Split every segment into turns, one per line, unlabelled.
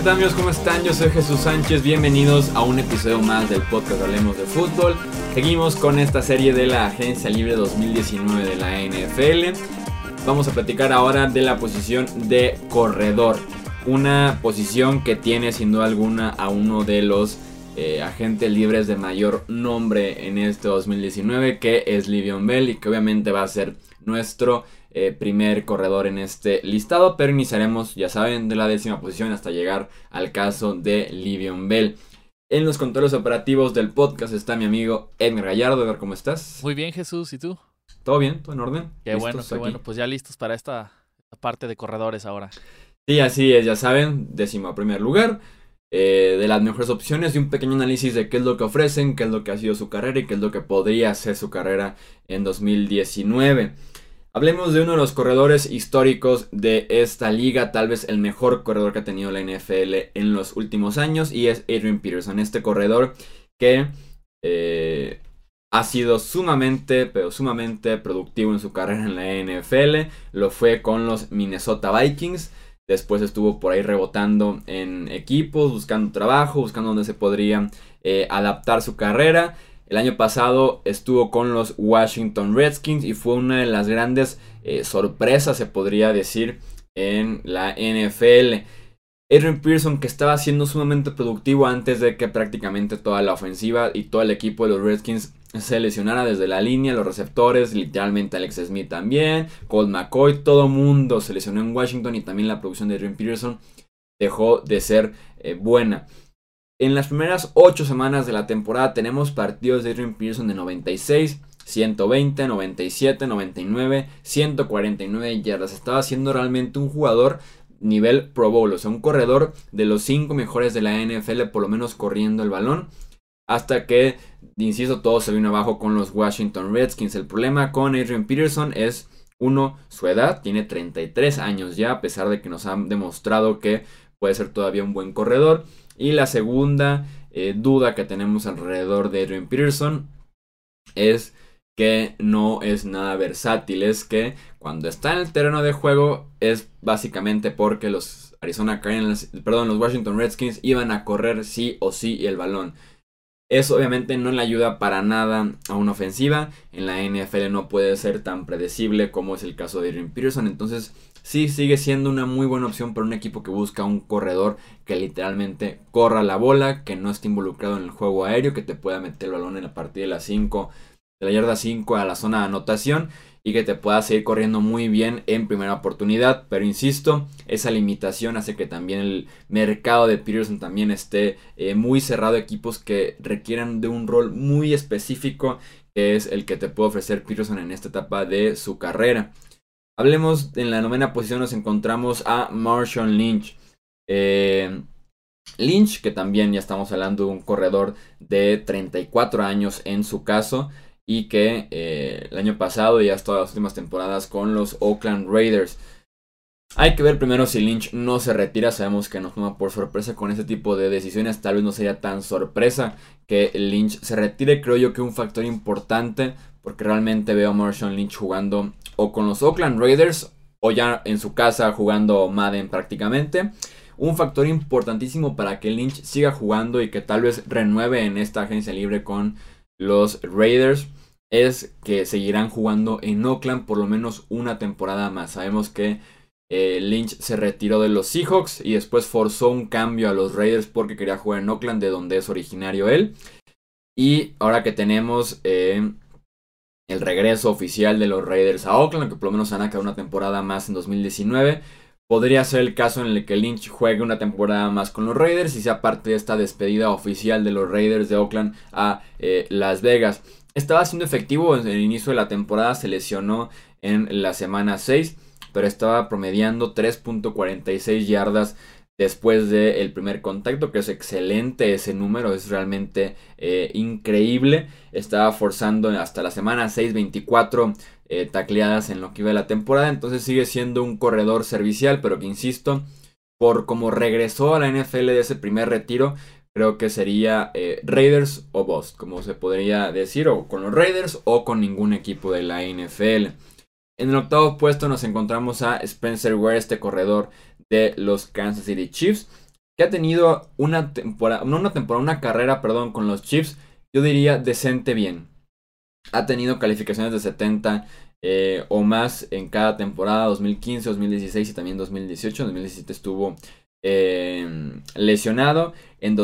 tal amigos? ¿Cómo están? Yo soy Jesús Sánchez, bienvenidos a un episodio más del podcast Hablemos de Fútbol. Seguimos con esta serie de la Agencia Libre 2019 de la NFL. Vamos a platicar ahora de la posición de corredor, una posición que tiene sin duda alguna a uno de los agentes libres de mayor nombre en este 2019, que es Le'Veon Bell, y que obviamente va a ser nuestro primer corredor en este listado, pero iniciaremos, ya saben, de la 10ª posición hasta llegar al caso de Le'Veon Bell. En los controles operativos del podcast está mi amigo Edgar Gallardo. Edgar, ¿cómo estás?
Muy bien, Jesús, ¿y tú?
¿Todo bien? ¿Todo en orden?
Qué bueno, pues ya listos para esta parte de corredores ahora.
Sí, así es, ya saben, 11º lugar, de las mejores opciones y un pequeño análisis de qué es lo que ofrecen, qué es lo que ha sido su carrera y qué es lo que podría ser su carrera en 2019. Hablemos de uno de los corredores históricos de esta liga, tal vez el mejor corredor que ha tenido la NFL en los últimos años, y es Adrian Peterson, este corredor que ha sido sumamente productivo en su carrera en la NFL. Lo fue con los Minnesota Vikings, después estuvo por ahí rebotando en equipos, buscando trabajo, buscando dónde se podría adaptar su carrera. El año pasado estuvo con los Washington Redskins y fue una de las grandes sorpresas, se podría decir, en la NFL. Adrian Peterson, que estaba siendo sumamente productivo antes de que prácticamente toda la ofensiva y todo el equipo de los Redskins se lesionara desde la línea, los receptores, literalmente Alex Smith también, Colt McCoy, todo mundo se lesionó en Washington y también la producción de Adrian Peterson dejó de ser buena. En las primeras 8 semanas de la temporada tenemos partidos de Adrian Peterson de 96, 120, 97, 99, 149 yardas. Estaba siendo realmente un jugador nivel Pro Bowl, o sea, un corredor de los 5 mejores de la NFL, por lo menos corriendo el balón. Hasta que, insisto, todo se vino abajo con los Washington Redskins. El problema con Adrian Peterson es, uno, su edad. Tiene 33 años ya, a pesar de que nos han demostrado que puede ser todavía un buen corredor. Y la segunda duda que tenemos alrededor de Adrian Peterson es que no es nada versátil. Es que cuando está en el terreno de juego es básicamente porque los los Washington Redskins iban a correr sí o sí el balón. Eso obviamente no le ayuda para nada a una ofensiva. En la NFL no puede ser tan predecible como es el caso de Adrian Peterson. Entonces sí sigue siendo una muy buena opción para un equipo que busca un corredor que literalmente corra la bola, que no esté involucrado en el juego aéreo, que te pueda meter el balón en la partida de la yarda 5 a la zona de anotación y que te pueda seguir corriendo muy bien en primera oportunidad. Pero insisto, esa limitación hace que también el mercado de Peterson también esté muy cerrado a equipos que requieran de un rol muy específico, que es el que te puede ofrecer Peterson en esta etapa de su carrera. Hablemos, en la 9ª posición nos encontramos a Marshawn Lynch. Lynch, que también ya estamos hablando de un corredor de 34 años en su caso, y que el año pasado y hasta las últimas temporadas con los Oakland Raiders. Hay que ver primero si Lynch no se retira. Sabemos que nos toma por sorpresa con este tipo de decisiones. Tal vez no sería tan sorpresa que Lynch se retire. Creo yo que un factor importante, porque realmente veo a Marshawn Lynch jugando o con los Oakland Raiders o ya en su casa jugando Madden prácticamente. Un factor importantísimo para que Lynch siga jugando y que tal vez renueve en esta agencia libre con los Raiders es que seguirán jugando en Oakland por lo menos una temporada más. Sabemos que Lynch se retiró de los Seahawks y después forzó un cambio a los Raiders porque quería jugar en Oakland, de donde es originario él. Y ahora que tenemos el regreso oficial de los Raiders a Oakland, que por lo menos van a quedar una temporada más en 2019, podría ser el caso en el que Lynch juegue una temporada más con los Raiders y sea parte de esta despedida oficial de los Raiders de Oakland a Las Vegas. Estaba siendo efectivo en el inicio de la temporada, se lesionó en la semana 6, pero estaba promediando 3.46 yardas después del primer contacto, que es excelente ese número, es realmente increíble. Estaba forzando hasta la semana 6, 24 tacleadas en lo que iba de la temporada, entonces sigue siendo un corredor servicial, pero que insisto, por como regresó a la NFL de ese primer retiro, creo que sería Raiders o Bust, como se podría decir, o con los Raiders o con ningún equipo de la NFL. En el 8º puesto nos encontramos a Spencer Ware, este corredor de los Kansas City Chiefs. que ha tenido una temporada, no una temporada, una carrera, perdón, con los Chiefs, yo diría decente bien. Ha tenido calificaciones de 70 o más en cada temporada, 2015, 2016 y también 2018. En 2017 estuvo lesionado. En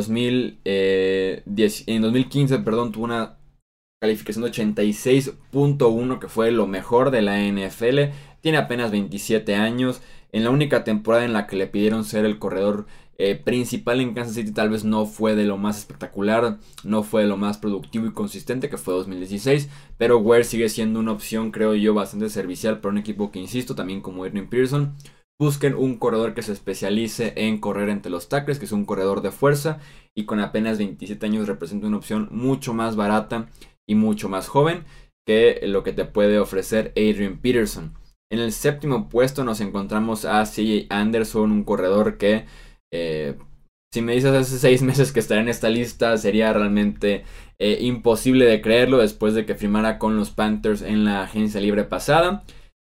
2015, perdón, tuvo una calificación de 86.1, que fue lo mejor de la NFL. Tiene apenas 27 años. En la única temporada en la que le pidieron ser el corredor principal en Kansas City, tal vez no fue de lo más espectacular, no fue de lo más productivo y consistente, que fue 2016. Pero Ware sigue siendo una opción, creo yo, bastante servicial para un equipo que, insisto, también como Adrian Peterson, busquen un corredor que se especialice en correr entre los tackles, que es un corredor de fuerza, y con apenas 27 años representa una opción mucho más barata y mucho más joven que lo que te puede ofrecer Adrian Peterson. En el séptimo puesto nos encontramos a CJ Anderson, un corredor que si me dices hace 6 meses que estaría en esta lista, sería realmente imposible de creerlo después de que firmara con los Panthers en la agencia libre pasada.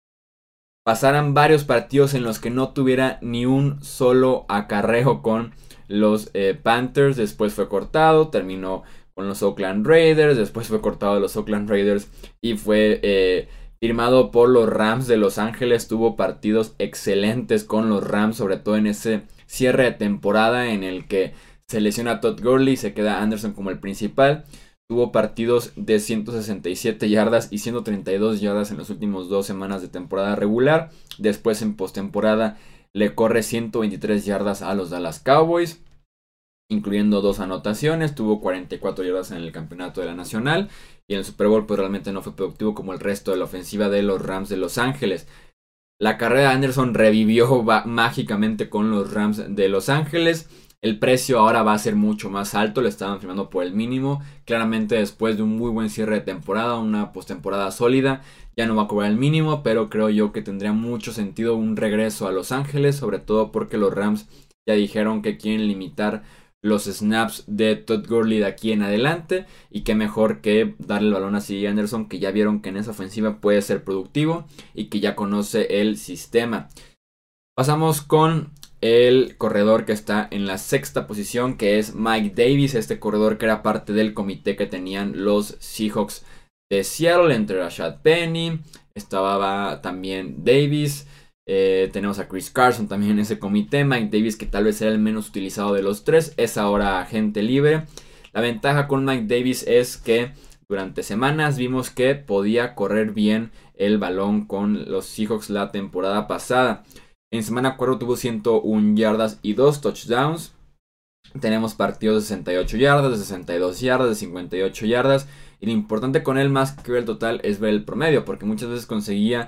Pasaran varios partidos en los que no tuviera ni un solo acarreo con los Panthers. Después fue cortado, terminó con los Oakland Raiders. Después fue cortado de los Oakland Raiders y fue firmado por los Rams de Los Ángeles. Tuvo partidos excelentes con los Rams, sobre todo en ese cierre de temporada en el que se lesiona a Todd Gurley y se queda Anderson como el principal. Tuvo partidos de 167 yardas y 132 yardas en las últimas 2 semanas de temporada regular. Después en postemporada le corre 123 yardas a los Dallas Cowboys, incluyendo 2 anotaciones. Tuvo 44 yardas en el campeonato de la Nacional. Y en el Super Bowl pues realmente no fue productivo como el resto de la ofensiva de los Rams de Los Ángeles. La carrera de Anderson revivió mágicamente con los Rams de Los Ángeles. El precio ahora va a ser mucho más alto, le estaban firmando por el mínimo. Claramente después de un muy buen cierre de temporada, una postemporada sólida, ya no va a cobrar el mínimo, pero creo yo que tendría mucho sentido un regreso a Los Ángeles, sobre todo porque los Rams ya dijeron que quieren limitar los snaps de Todd Gurley de aquí en adelante, y qué mejor que darle el balón a CJ Anderson, que ya vieron que en esa ofensiva puede ser productivo y que ya conoce el sistema. Pasamos con el corredor que está en la sexta posición, que es Mike Davis. Este corredor que era parte del comité que tenían los Seahawks de Seattle, entre Rashad Penny, estaba también Davis. Tenemos a Chris Carson también en ese comité. Mike Davis, que tal vez era el menos utilizado de los tres, es ahora agente libre. La ventaja con Mike Davis es que durante semanas vimos que podía correr bien el balón con los Seahawks la temporada pasada. En semana 4 tuvo 101 yardas y 2 touchdowns. Tenemos partidos de 68 yardas, de 62 yardas, de 58 yardas. Y lo importante con él, más que ver el total, es ver el promedio, porque muchas veces conseguía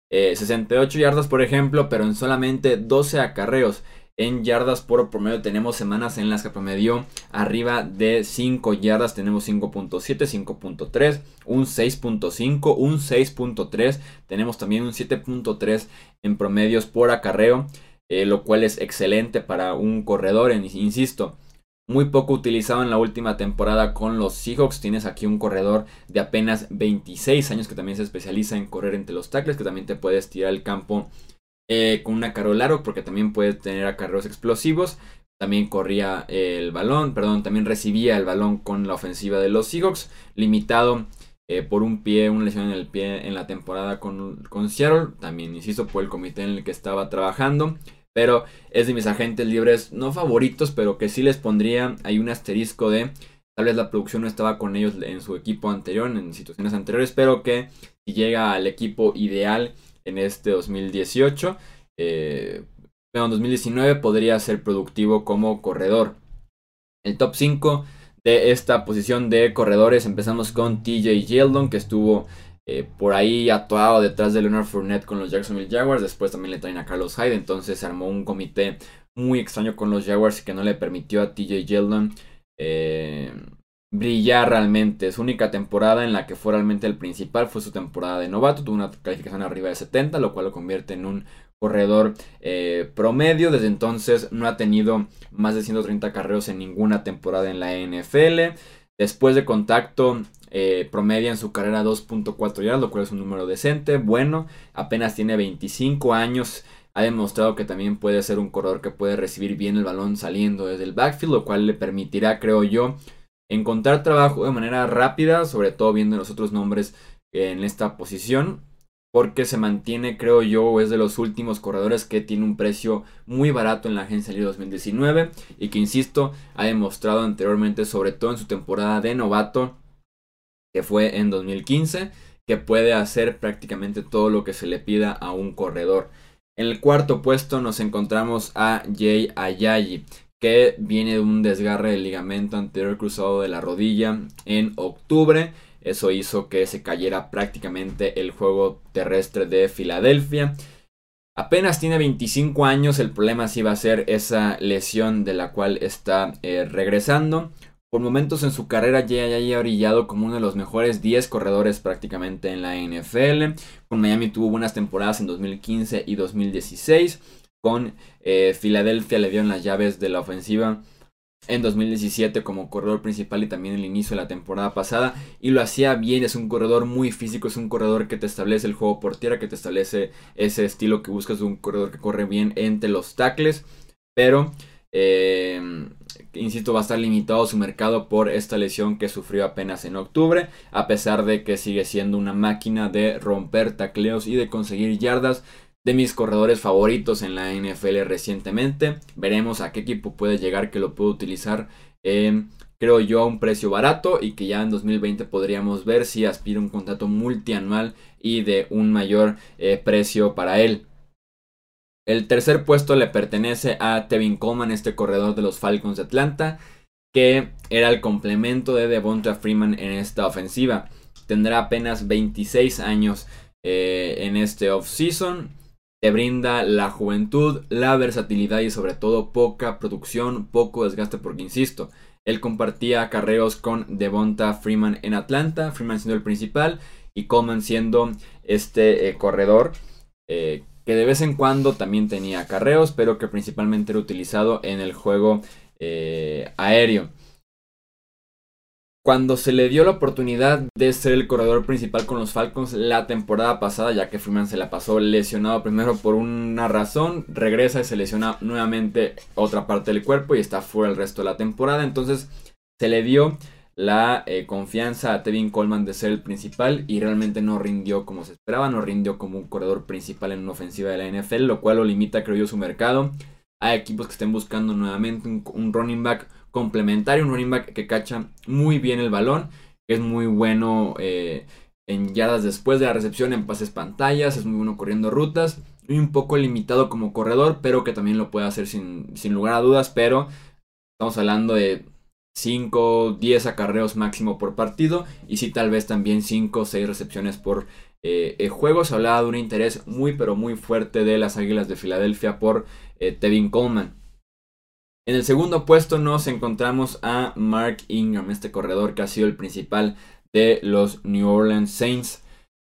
68 yardas, por ejemplo, pero en solamente 12 acarreos. En yardas por promedio tenemos semanas en las que promedió arriba de 5 yardas. Tenemos 5.7, 5.3, un 6.5, un 6.3. Tenemos también un 7.3 en promedios por acarreo, lo cual es excelente para un corredor, insisto. Muy poco utilizado en la última temporada con los Seahawks. Tienes aquí un corredor de apenas 26 años que también se especializa en correr entre los tackles, que también te puedes tirar el campo con un acarreo largo, porque también puede tener acarreos explosivos. También corría el balón, también recibía el balón con la ofensiva de los Seahawks. Limitado por un pie, una lesión en el pie en la temporada con Seattle. También, insisto, por el comité en el que estaba trabajando. Pero es de mis agentes libres, no favoritos, pero que sí les pondría ahí un asterisco de tal vez la producción no estaba con ellos en su equipo anterior, en situaciones anteriores, pero que si llega al equipo ideal en este 2018, en 2019 podría ser productivo como corredor. El top 5 de esta posición de corredores, empezamos con TJ Yeldon, que estuvo por ahí atuado detrás de Leonard Fournette con los Jacksonville Jaguars. Después también le traen a Carlos Hyde, entonces se armó un comité muy extraño con los Jaguars que no le permitió a TJ Yeldon brillar realmente. Su única temporada en la que fue realmente el principal fue su temporada de novato. Tuvo una calificación arriba de 70, lo cual lo convierte en un corredor promedio. Desde entonces no ha tenido más de 130 carreos en ninguna temporada en la NFL. Después de contacto promedia en su carrera 2.4 yardas, lo cual es un número decente. Bueno, apenas tiene 25 años. ha demostrado que también puede ser un corredor que puede recibir bien el balón saliendo desde el backfield, lo cual le permitirá, creo yo, encontrar trabajo de manera rápida, sobre todo viendo los otros nombres en esta posición, porque se mantiene, creo yo, es de los últimos corredores que tiene un precio muy barato en la agencia libre 2019 y que, insisto, ha demostrado anteriormente, sobre todo en su temporada de novato, que fue en 2015, que puede hacer prácticamente todo lo que se le pida a un corredor. En el cuarto puesto nos encontramos a Jay Ajayi, que viene de un desgarre del ligamento anterior cruzado de la rodilla en octubre. Eso hizo que se cayera prácticamente el juego terrestre de Filadelfia. Apenas tiene 25 años, el problema sí va a ser esa lesión de la cual está regresando. Por momentos en su carrera Jay ha brillado como uno de los mejores 10 corredores prácticamente en la NFL. Con Miami tuvo buenas temporadas en 2015 y 2016. Con Filadelfia le dieron las llaves de la ofensiva en 2017 como corredor principal y también el inicio de la temporada pasada, y lo hacía bien. Es un corredor muy físico, es un corredor que te establece el juego por tierra, que te establece ese estilo que buscas, un corredor que corre bien entre los tackles, pero insisto, va a estar limitado su mercado por esta lesión que sufrió apenas en octubre, a pesar de que sigue siendo una máquina de romper tacleos y de conseguir yardas, de mis corredores favoritos en la NFL recientemente. Veremos a qué equipo puede llegar que lo pueda utilizar, creo yo, a un precio barato, y que ya en 2020 podríamos ver si aspira a un contrato multianual y de un mayor precio para él. El tercer puesto le pertenece a Tevin Coleman, este corredor de los Falcons de Atlanta, que era el complemento de Devonta Freeman en esta ofensiva. Tendrá apenas 26 años en este offseason. Te brinda la juventud, la versatilidad y sobre todo poca producción, poco desgaste, porque insisto, él compartía acarreos con Devonta Freeman en Atlanta, Freeman siendo el principal y Coleman siendo este corredor que de vez en cuando también tenía acarreos, pero que principalmente era utilizado en el juego aéreo. Cuando se le dio la oportunidad de ser el corredor principal con los Falcons la temporada pasada, ya que Freeman se la pasó lesionado primero por una razón, regresa y se lesiona nuevamente otra parte del cuerpo y está fuera el resto de la temporada. Entonces se le dio la confianza a Tevin Coleman de ser el principal y realmente no rindió como se esperaba, no rindió como un corredor principal en una ofensiva de la NFL, lo cual lo limita, creo yo, su mercado. Hay equipos que estén buscando nuevamente un running back complementario, un running back que cacha muy bien el balón, que es muy bueno en yardas después de la recepción, en pases pantallas, es muy bueno corriendo rutas, y un poco limitado como corredor, pero que también lo puede hacer sin lugar a dudas. Pero estamos hablando de 5, 10 acarreos máximo por partido, y sí, tal vez también 5 o 6 recepciones por juego. Se hablaba de un interés muy pero muy fuerte de las Águilas de Filadelfia por Tevin Coleman. En el segundo puesto nos encontramos a Mark Ingram, este corredor que ha sido el principal de los New Orleans Saints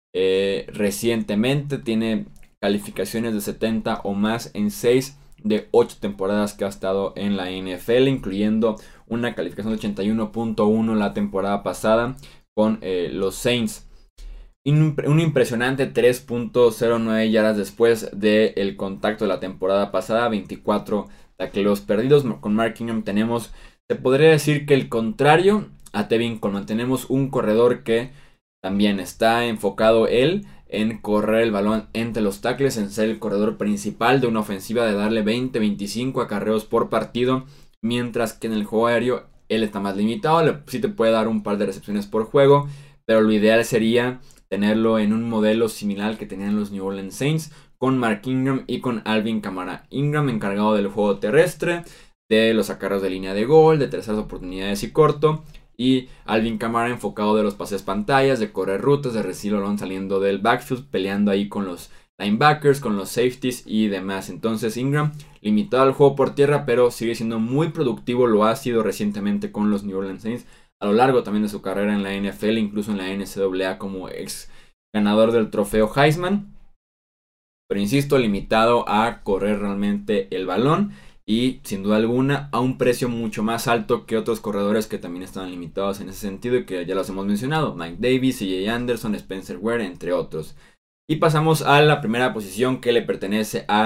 recientemente. Tiene calificaciones de 70 o más en 6 de 8 temporadas que ha estado en la NFL, incluyendo una calificación de 81.1 la temporada pasada con los Saints. Un impresionante 3.09 yardas después del contacto de la temporada pasada, 24 tacleos perdidos. Con Mark Ingram tenemos, se podría decir que el contrario a Tevin Coleman. Tenemos un corredor que también está enfocado él en correr el balón entre los tackles, en ser el corredor principal de una ofensiva, de darle 20-25 acarreos por partido, mientras que en el juego aéreo él está más limitado. Sí te puede dar un par de recepciones por juego, pero lo ideal sería tenerlo en un modelo similar al que tenían los New Orleans Saints, con Mark Ingram y con Alvin Kamara. Ingram encargado del juego terrestre, de los acarreos de línea de gol, de terceras oportunidades y corto, y Alvin Kamara enfocado de los pases pantallas, de correr rutas, de recibir el balón saliendo del backfield, peleando ahí con los linebackers, con los safeties y demás. Entonces Ingram limitado al juego por tierra, pero sigue siendo muy productivo. Lo ha sido recientemente con los New Orleans Saints, a lo largo también de su carrera en la NFL, incluso en la NCAA como ex ganador del trofeo Heisman. Pero insisto, limitado a correr realmente el balón y sin duda alguna a un precio mucho más alto que otros corredores que también estaban limitados en ese sentido y que ya los hemos mencionado: Mike Davis, CJ Anderson, Spencer Ware, entre otros. Y pasamos a la primera posición, que le pertenece a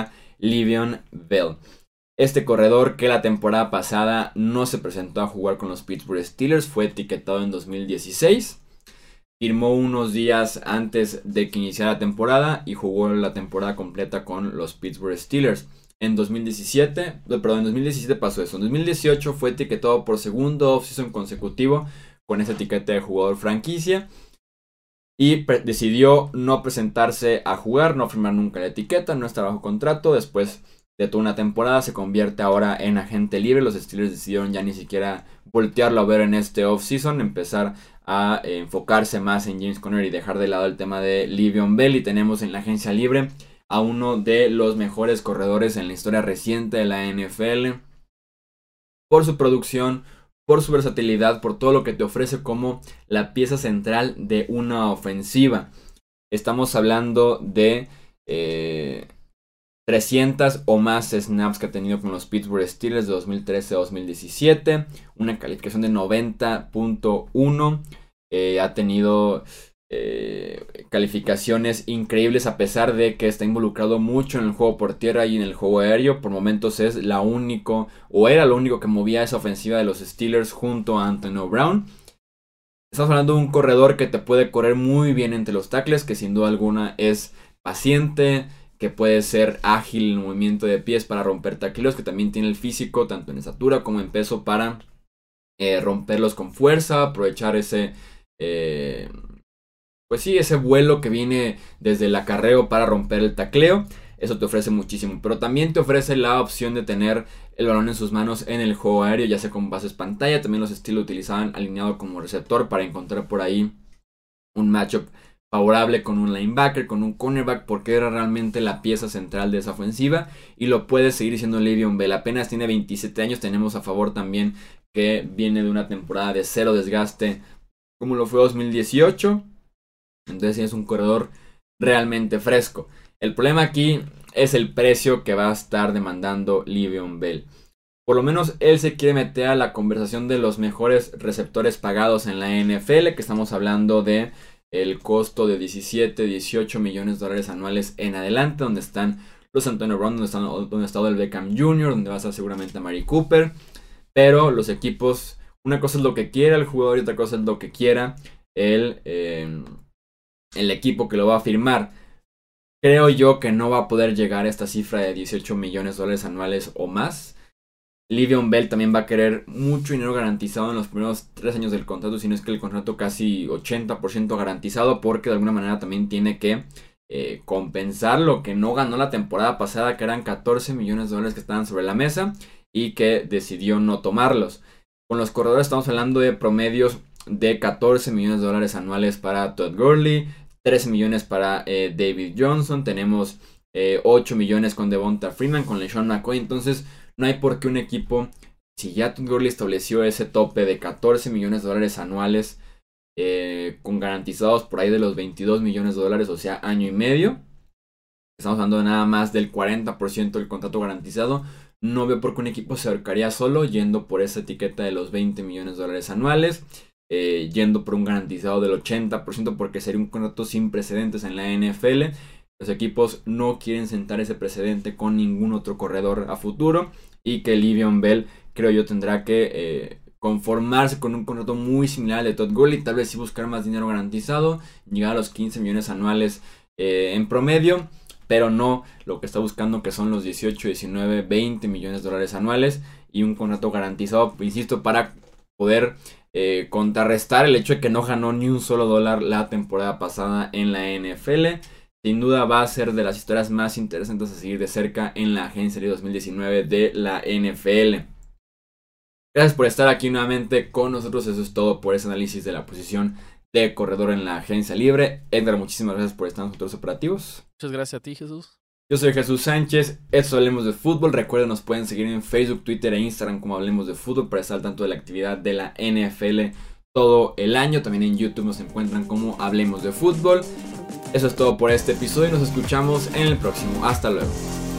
Le'Veon Bell. Este corredor que la temporada pasada no se presentó a jugar con los Pittsburgh Steelers, fue etiquetado en 2016. Firmó unos días antes de que iniciara la temporada y jugó la temporada completa con los Pittsburgh Steelers. En 2017 pasó eso. En 2018 fue etiquetado por segundo offseason consecutivo con esa etiqueta de jugador franquicia. Y decidió no presentarse a jugar, no firmar nunca la etiqueta, no estar bajo contrato. Después de toda una temporada se convierte ahora en agente libre. Los Steelers decidieron ya ni siquiera voltearlo a ver en este offseason, empezar a enfocarse más en James Conner y dejar de lado el tema de Le'Veon Bell. Y tenemos en la agencia libre a uno de los mejores corredores en la historia reciente de la NFL. Por su producción, por su versatilidad, por todo lo que te ofrece como la pieza central de una ofensiva. Estamos hablando de 300 o más snaps que ha tenido con los Pittsburgh Steelers de 2013 a 2017. Una calificación de 90.1. Ha tenido calificaciones increíbles a pesar de que está involucrado mucho en el juego por tierra y en el juego aéreo. Por momentos es era lo único que movía esa ofensiva de los Steelers junto a Antonio Brown. Estamos hablando de un corredor que te puede correr muy bien entre los tackles, que sin duda alguna es paciente, que puede ser ágil en el movimiento de pies para romper tacleos, que también tiene el físico tanto en estatura como en peso para romperlos con fuerza, aprovechar ese ese vuelo que viene desde el acarreo para romper el tacleo. Eso te ofrece muchísimo, pero también te ofrece la opción de tener el balón en sus manos en el juego aéreo, ya sea con bases pantalla. También los Steelers utilizaban alineado como receptor para encontrar por ahí un matchup favorable con un linebacker, con un cornerback, porque era realmente la pieza central de esa ofensiva. Y lo puede seguir siendo Le'Veon Bell. Apenas tiene 27 años. Tenemos a favor también que viene de una temporada de cero desgaste como lo fue 2018. Entonces es un corredor realmente fresco. El problema aquí es el precio que va a estar demandando Le'Veon Bell. Por lo menos él se quiere meter a la conversación de los mejores receptores pagados en la NFL, que estamos hablando de el costo de 17, 18 millones de dólares anuales en adelante, donde están los Antonio Brown, donde está el Beckham Jr., donde va a estar seguramente Amari Cooper. Pero los equipos, una cosa es lo que quiera el jugador y otra cosa es lo que quiera el equipo que lo va a firmar. Creo yo que no va a poder llegar a esta cifra de 18 millones de dólares anuales o más. Le'Veon Bell también va a querer mucho dinero garantizado en los primeros 3 años del contrato, si no es que el contrato casi 80% garantizado, porque de alguna manera también tiene que compensar lo que no ganó la temporada pasada, que eran 14 millones de dólares que estaban sobre la mesa y que decidió no tomarlos. Con los corredores estamos hablando de promedios de 14 millones de dólares anuales para Todd Gurley, 13 millones para David Johnson, tenemos 8 millones con Devonta Freeman, con LeSean McCoy. Entonces no hay por qué un equipo, si ya Todd Gurley estableció ese tope de 14 millones de dólares anuales, con garantizados por ahí de los 22 millones de dólares, o sea, año y medio, estamos hablando de nada más del 40% del contrato garantizado. No veo por qué un equipo se ahorcaría solo yendo por esa etiqueta de los 20 millones de dólares anuales, yendo por un garantizado del 80%, porque sería un contrato sin precedentes en la NFL. Los equipos no quieren sentar ese precedente con ningún otro corredor a futuro, y que Le'Veon Bell, creo yo, tendrá que conformarse con un contrato muy similar al de Todd Gurley, tal vez sí buscar más dinero garantizado, llegar a los 15 millones anuales en promedio, pero no lo que está buscando, que son los 18, 19, 20 millones de dólares anuales y un contrato garantizado, insisto, para poder contrarrestar el hecho de que no ganó ni un solo dólar la temporada pasada en la NFL. Sin duda va a ser de las historias más interesantes a seguir de cerca en la agencia libre 2019 de la NFL. Gracias por estar aquí nuevamente con nosotros. Eso es todo por ese análisis de la posición de corredor en la agencia libre. Edgar, muchísimas gracias por estar en nosotros operativos.
Muchas gracias a ti, Jesús.
Yo soy Jesús Sánchez, esto es Hablemos de Fútbol. Recuerden, nos pueden seguir en Facebook, Twitter e Instagram como Hablemos de Fútbol para estar al tanto de la actividad de la NFL todo el año. También en YouTube nos encuentran como Hablemos de Fútbol. Eso es todo por este episodio y nos escuchamos en el próximo. Hasta luego.